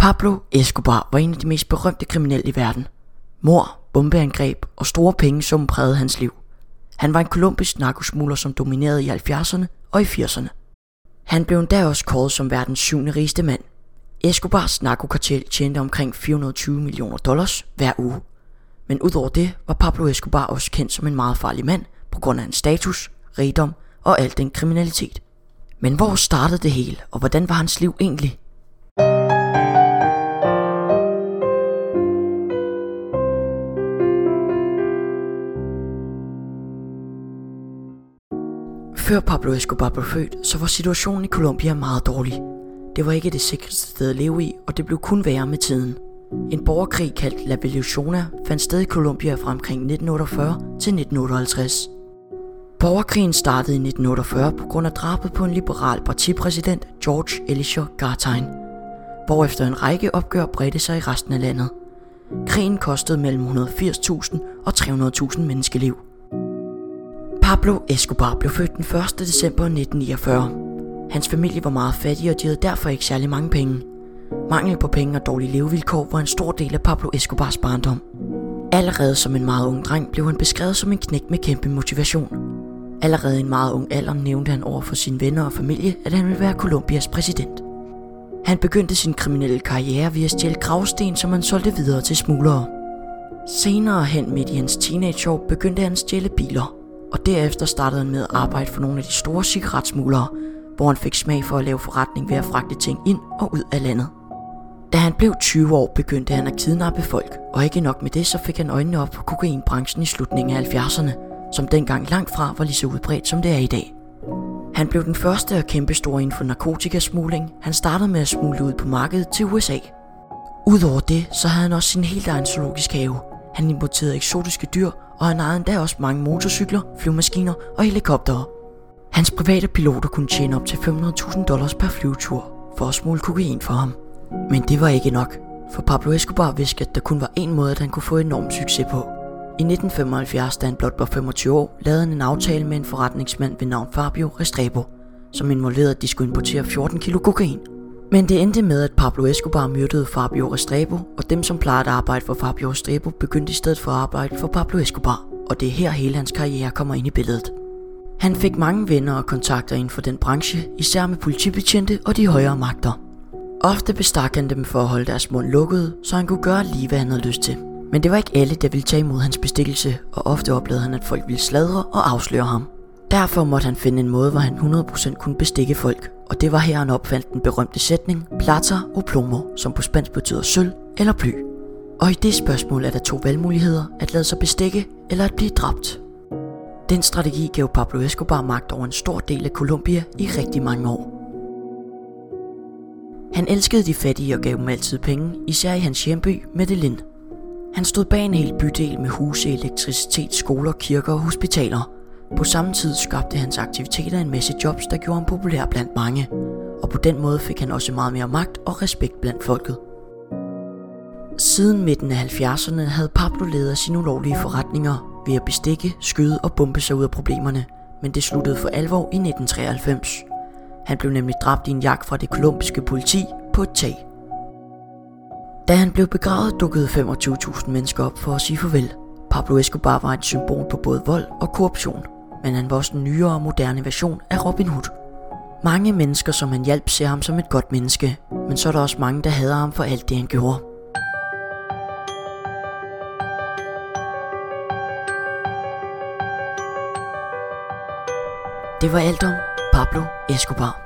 Pablo Escobar var en af de mest berømte kriminelle i verden. Mord, bombeangreb og store pengesummer prægede hans liv. Han var en colombisk narkosmugler, som dominerede i 70'erne og i 80'erne. Han blev endda også kåret som verdens 7. rigeste mand. Escobars narkokartel tjente omkring $420 millioner hver uge. Men udover det var Pablo Escobar også kendt som en meget farlig mand på grund af hans status, rigdom og al den kriminalitet. Men hvor startede det hele, og hvordan var hans liv egentlig? Før Pablo Escobar blev født, så var situationen i Colombia meget dårlig. Det var ikke det sikreste sted at leve i, og det blev kun værre med tiden. En borgerkrig kaldt La Revoluciona fandt sted i Colombia fra omkring 1948 til 1958. Borgerkrigen startede i 1948 på grund af drabet på en liberal partipræsident, Jorge Eliécer Gartain, hvorefter en række opgør bredte sig i resten af landet. Krigen kostede mellem 180.000 og 300.000 menneskeliv. Pablo Escobar blev født den 1. december 1949. Hans familie var meget fattig, og de havde derfor ikke særlig mange penge. Mangel på penge og dårlige levevilkår var en stor del af Pablo Escobars barndom. Allerede som en meget ung dreng blev han beskrevet som en knægt med kæmpe motivation. Allerede i en meget ung alder nævnte han over for sine venner og familie, at han ville være Colombias præsident. Han begyndte sin kriminelle karriere ved at stjæle gravsten, som han solgte videre til smuglere. Senere hen midt i hans teenageår begyndte han at stjæle biler, og derefter startede han med at arbejde for nogle af de store cigaretsmuglere, hvor han fik smag for at lave forretning ved at fragte ting ind og ud af landet. Da han blev 20 år, begyndte han at kidnappe folk, og ikke nok med det, så fik han øjnene op på kokainbranchen i slutningen af 70'erne, som dengang langt fra var lige så udbredt som det er i dag. Han blev den første og kæmpestore inden for narkotikasmugling. Han startede med at smugle ud på markedet til USA. Udover det, så havde han også sin helt egen zoologisk have. Han importerede eksotiske dyr, og han ejede endda også mange motorcykler, flyvemaskiner og helikoptere. Hans private piloter kunne tjene op til $500.000 per flyvetur for at smugle kokain for ham. Men det var ikke nok, for Pablo Escobar vidste, at der kun var én måde, at han kunne få enorm succes på. I 1975, da han blot var 25 år, lavede han en aftale med en forretningsmand ved navn Fabio Restrepo, som involverede, at de skulle importere 14 kilo kokain. Men det endte med, at Pablo Escobar myrdede Fabio Restrepo, og dem, som plejede at arbejde for Fabio Restrepo, begyndte i stedet for at arbejde for Pablo Escobar, og det er her hele hans karriere kommer ind i billedet. Han fik mange venner og kontakter inden for den branche, især med politibetjente og de højere magter. Ofte bestak han dem for at holde deres mund lukket, så han kunne gøre lige, hvad han havde lyst til. Men det var ikke alle, der ville tage imod hans bestikkelse, og ofte oplevede han, at folk ville sladre og afsløre ham. Derfor måtte han finde en måde, hvor han 100% kunne bestikke folk, og det var her, han opfandt den berømte sætning plata o plomo, som på spansk betyder sølv eller bly. Og i det spørgsmål er der 2 valgmuligheder, at lade sig bestikke eller at blive dræbt. Den strategi gav Pablo Escobar magt over en stor del af Colombia i rigtig mange år. Han elskede de fattige og gav dem altid penge, især i hans hjemby Medellin. Han stod bag en hel bydel med huse, elektricitet, skoler, kirker og hospitaler. På samme tid skabte hans aktiviteter en masse jobs, der gjorde ham populær blandt mange. Og på den måde fik han også meget mere magt og respekt blandt folket. Siden midten af 70'erne havde Pablo ledet sine ulovlige forretninger ved at bestikke, skyde og bombe sig ud af problemerne. Men det sluttede for alvor i 1993. Han blev nemlig dræbt i en jagt fra det colombiske politi på et tag. Da han blev begravet, dukkede 25.000 mennesker op for at sige farvel. Pablo Escobar var et symbol på både vold og korruption, men han var også en nyere og moderne version af Robin Hood. Mange mennesker, som han hjalp, ser ham som et godt menneske, men så er der også mange, der hader ham for alt det, han gjorde. Det var alt om Pablo Escobar.